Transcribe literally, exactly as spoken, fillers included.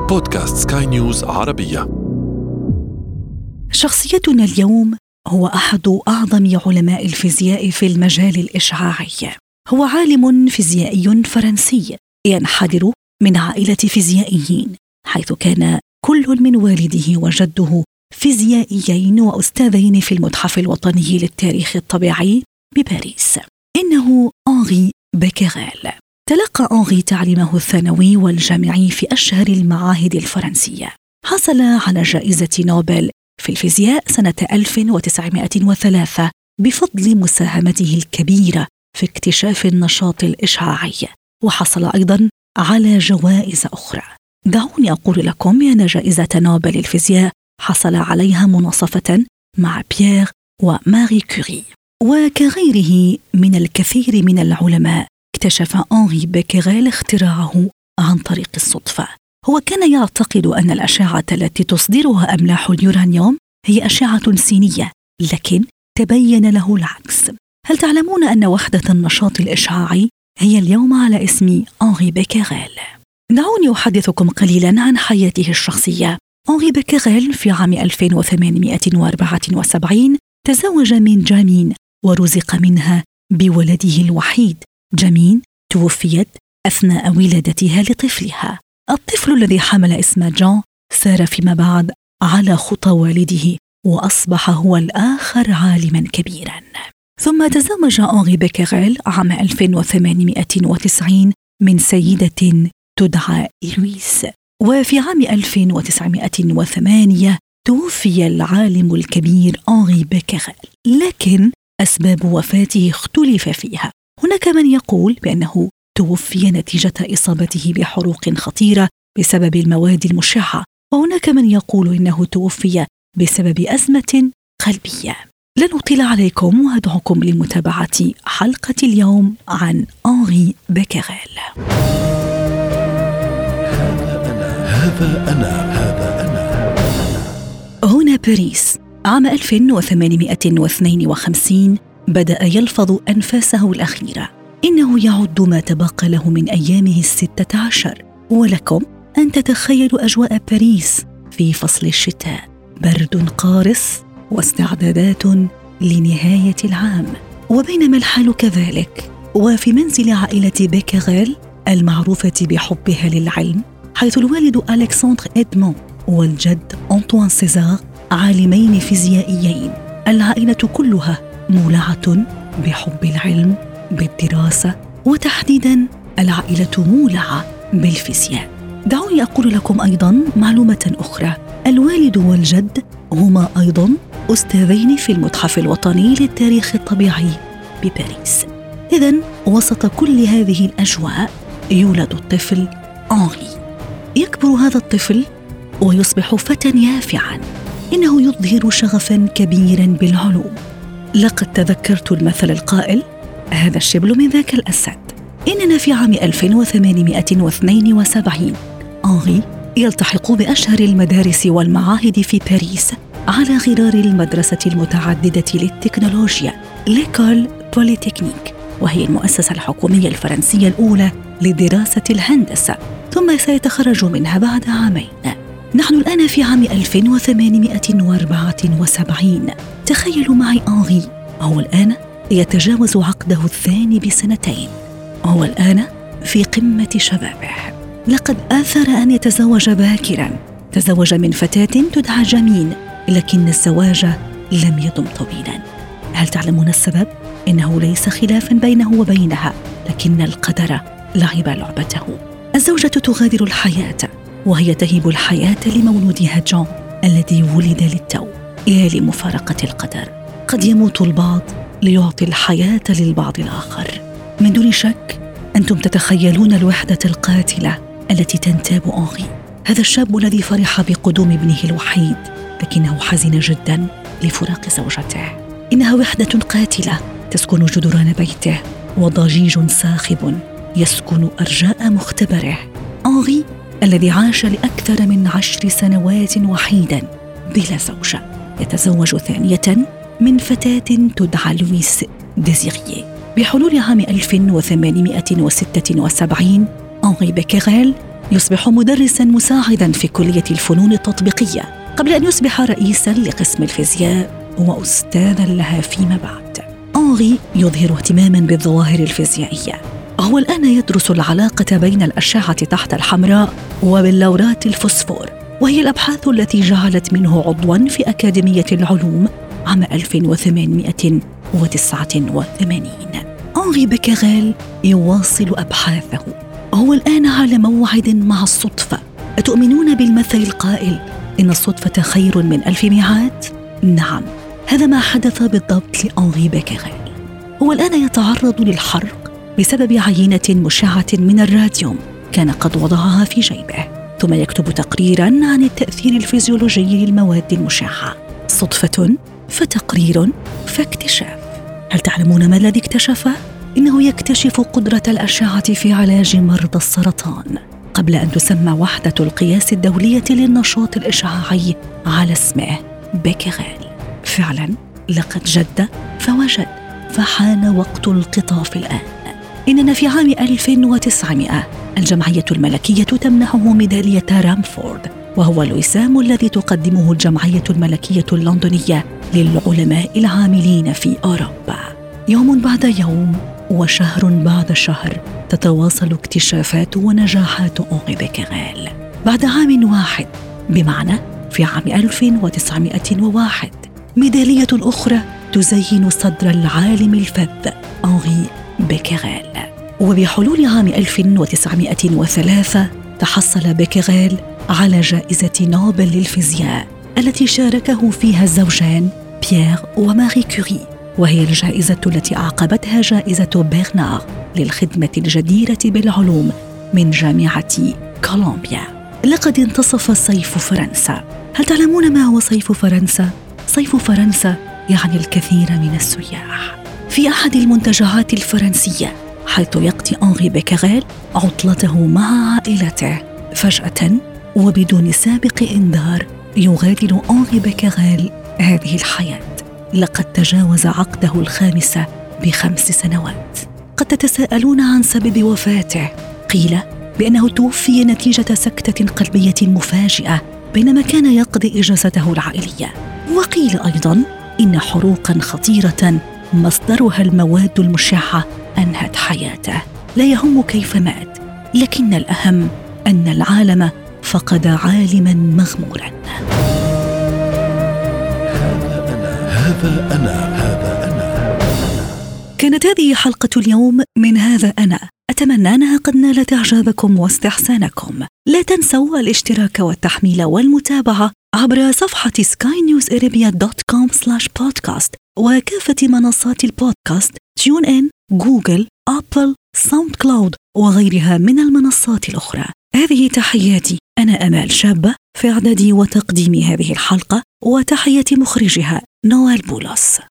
بودكاست سكاي نيوز عربية. شخصيتنا اليوم هو أحد أعظم علماء الفيزياء في المجال الإشعاعي. هو عالم فيزيائي فرنسي ينحدر من عائلة فيزيائيين، حيث كان كل من والده وجده فيزيائيين وأستاذين في المتحف الوطني للتاريخ الطبيعي بباريس. إنه أنري بيكيريل. تلقى أنري تعليمه الثانوي والجامعي في أشهر المعاهد الفرنسية. حصل على جائزة نوبل في الفيزياء سنة ألف وتسعمائة وثلاثة بفضل مساهمته الكبيرة في اكتشاف النشاط الإشعاعي، وحصل أيضاً على جوائز أخرى. دعوني أقول لكم أن جائزة نوبل الفيزياء حصل عليها مناصفة مع بيير وماري كوري. وكغيره من الكثير من العلماء، اكتشف أنري بيكيريل اختراعه عن طريق الصدفة. هو كان يعتقد أن الأشعة التي تصدرها أملاح اليورانيوم هي أشعة سينية، لكن تبين له العكس. هل تعلمون أن وحدة النشاط الإشعاعي هي اليوم على اسم أنري بيكيريل؟ دعوني أحدثكم قليلاً عن حياته الشخصية. أنري بيكيريل في عام ألف وثمانمائة وأربعة وسبعين تزوج من جامين ورزق منها بولده الوحيد. جامين توفيت أثناء ولادتها لطفلها. الطفل الذي حمل اسم جان سار فيما بعد على خطى والده، وأصبح هو الآخر عالماً كبيراً. ثم تزوج أنري بيكيريل عام ألف وثمانمائة وتسعين من سيدة تدعى لويس. وفي عام ألف وتسعمائة وثمانية توفي العالم الكبير أنري بيكيريل، لكن أسباب وفاته اختلف فيها. هناك من يقول بأنه توفي نتيجة إصابته بحروق خطيرة بسبب المواد المشعة، وهناك من يقول إنه توفي بسبب أزمة قلبية. لن أطيل عليكم وأدعوكم لمتابعة حلقة اليوم عن أنري بيكيريل. هذا أنا هذا أنا هنا باريس. عام ألف وثمانمائة واثنين وخمسين بدأ يلفظ أنفاسه الأخيرة. إنه يعد ما تبقى له من أيامه الستة عشر، ولكم أن تتخيلوا أجواء باريس في فصل الشتاء، برد قارس واستعدادات لنهاية العام. وبينما الحال كذلك وفي منزل عائلة بيكيريل المعروفة بحبها للعلم، حيث الوالد ألكسندر إدمون والجد أنطوان سيزار عالمين فيزيائيين، العائلة كلها مولعة بحب العلم بالدراسة، وتحديداً العائلة مولعة بالفيزياء. دعوني أقول لكم أيضاً معلومة أخرى. الوالد والجد هما أيضاً أستاذين في المتحف الوطني للتاريخ الطبيعي بباريس. إذن وسط كل هذه الأجواء يولد الطفل أنري. يكبر هذا الطفل ويصبح فتى يافعاً. إنه يظهر شغفاً كبيراً بالعلوم. لقد تذكرت المثل القائل: هذا الشبل من ذاك الأسد. إننا في عام ألف وثمانمائة واثنين وسبعين أنري يلتحق بأشهر المدارس والمعاهد في باريس على غرار المدرسة المتعددة للتكنولوجيا، ليكول بوليتكنيك، وهي المؤسسة الحكومية الفرنسية الأولى لدراسة الهندسة، ثم سيتخرج منها بعد عامين. نحن الآن في عام ألف وثمانمائة وأربعة وسبعين. تخيلوا معي أنري، هو الآن يتجاوز عقده الثاني بسنتين. هو الآن في قمة شبابه. لقد آثر أن يتزوج باكراً. تزوج من فتاة تدعى جامين، لكن الزواج لم يدم طويلاً. هل تعلمون السبب؟ إنه ليس خلافاً بينه وبينها، لكن القدر لعب لعبته. الزوجة تغادر الحياة، وهي تهب الحياة لمولودها جون الذي ولد للتو. يا لمفارقة القدر، قد يموت البعض ليعطي الحياة للبعض الآخر. من دون شك أنتم تتخيلون الوحدة القاتلة التي تنتاب أنري، هذا الشاب الذي فرح بقدوم ابنه الوحيد، لكنه حزن جدا لفراق زوجته. إنها وحدة قاتلة تسكن جدران بيته، وضجيج صاخب يسكن أرجاء مختبره. أنري الذي عاش لأكثر من عشر سنوات وحيدا بلا زوجة يتزوج ثانية من فتاة تدعى لويس ديزيرييه. بحلول عام ألف وثمانمائة وستة وسبعين أنري بيكيريل يصبح مدرساً مساعداً في كلية الفنون التطبيقية قبل أن يصبح رئيساً لقسم الفيزياء وأستاذاً لها فيما بعد. أنغي يظهر اهتماماً بالظواهر الفيزيائية. هو الآن يدرس العلاقة بين الأشعة تحت الحمراء وبلورات الفوسفور، وهي الأبحاث التي جعلت منه عضواً في أكاديمية العلوم عام ألف وثمانمائة وتسعة وثمانين. أنغي بيكيغيل يواصل أبحاثه. هو الآن على موعد مع الصدفة. أتؤمنون بالمثل القائل إن الصدفة خير من ألف ميعاد؟ نعم، هذا ما حدث بالضبط لأنغي بيكيغيل. هو الآن يتعرض للحرق بسبب عينة مشعة من الراديوم كان قد وضعها في جيبه، ثم يكتب تقريراً عن التأثير الفيزيولوجي للمواد المشعة. صدفة فتقرير فاكتشاف. هل تعلمون ما الذي اكتشفه؟ إنه يكتشف قدرة الأشعة في علاج مرضى السرطان قبل أن تسمى وحدة القياس الدولية للنشاط الإشعاعي على اسمه بيكيغيل. فعلاً لقد جد فوجد، فحان وقت القطاف الآن. إننا في عام ألف وتسعمائة الجمعية الملكية تمنحه ميدالية رامفورد، وهو الوسام الذي تقدمه الجمعية الملكية اللندنية للعلماء العاملين في أوروبا. يوم بعد يوم وشهر بعد شهر تتواصل اكتشافات ونجاحات أنغي بيكيغيل. بعد عام واحد، بمعنى في عام ألف وتسعمائة وواحد، ميدالية أخرى تزين صدر العالم الفذ أنغي بيكيغيل. وبحلول عام ألف وتسعمائة وثلاثة تحصل بيكيغيل على جائزة نوبل للفيزياء التي شاركه فيها الزوجان بيير وماري كوري، وهي الجائزة التي أعقبتها جائزة برنار للخدمة الجديرة بالعلوم من جامعة كولومبيا. لقد انتصف صيف فرنسا. هل تعلمون ما هو صيف فرنسا؟ صيف فرنسا يعني الكثير من السياح. في أحد المنتجعات الفرنسية حيث يقضي أنغي بيكيغيل عطلته مع عائلته، فجأة وبدون سابق إنذار يغادر أنغي بيكيغيل هذه الحياة. لقد تجاوز عقده الخامسة بخمس سنوات. قد تتساءلون عن سبب وفاته. قيل بأنه توفي نتيجة سكتة قلبية مفاجئة بينما كان يقضي إجازته العائلية. وقيل أيضاً إن حروقاً خطيرة مصدرها المواد المشعة أنهت حياته. لا يهم كيف مات، لكن الأهم أن العالم فقد عالماً مغموراً. هذا أنا هذا أنا كانت هذه حلقة اليوم من هذا أنا. أتمنى أنها قد نالت إعجابكم واستحسانكم. لا تنسوا الاشتراك والتحميل والمتابعة عبر صفحة سكاي نيوز أرابيا دوت كوم سلاش بودكاست وكافة منصات البودكاست تيون إن، جوجل، أبل، ساوند كلاود وغيرها من المنصات الأخرى. هذه تحياتي، أنا أمال شابة في إعدادي وتقديم هذه الحلقة، وتحية مخرجها نوال بولس.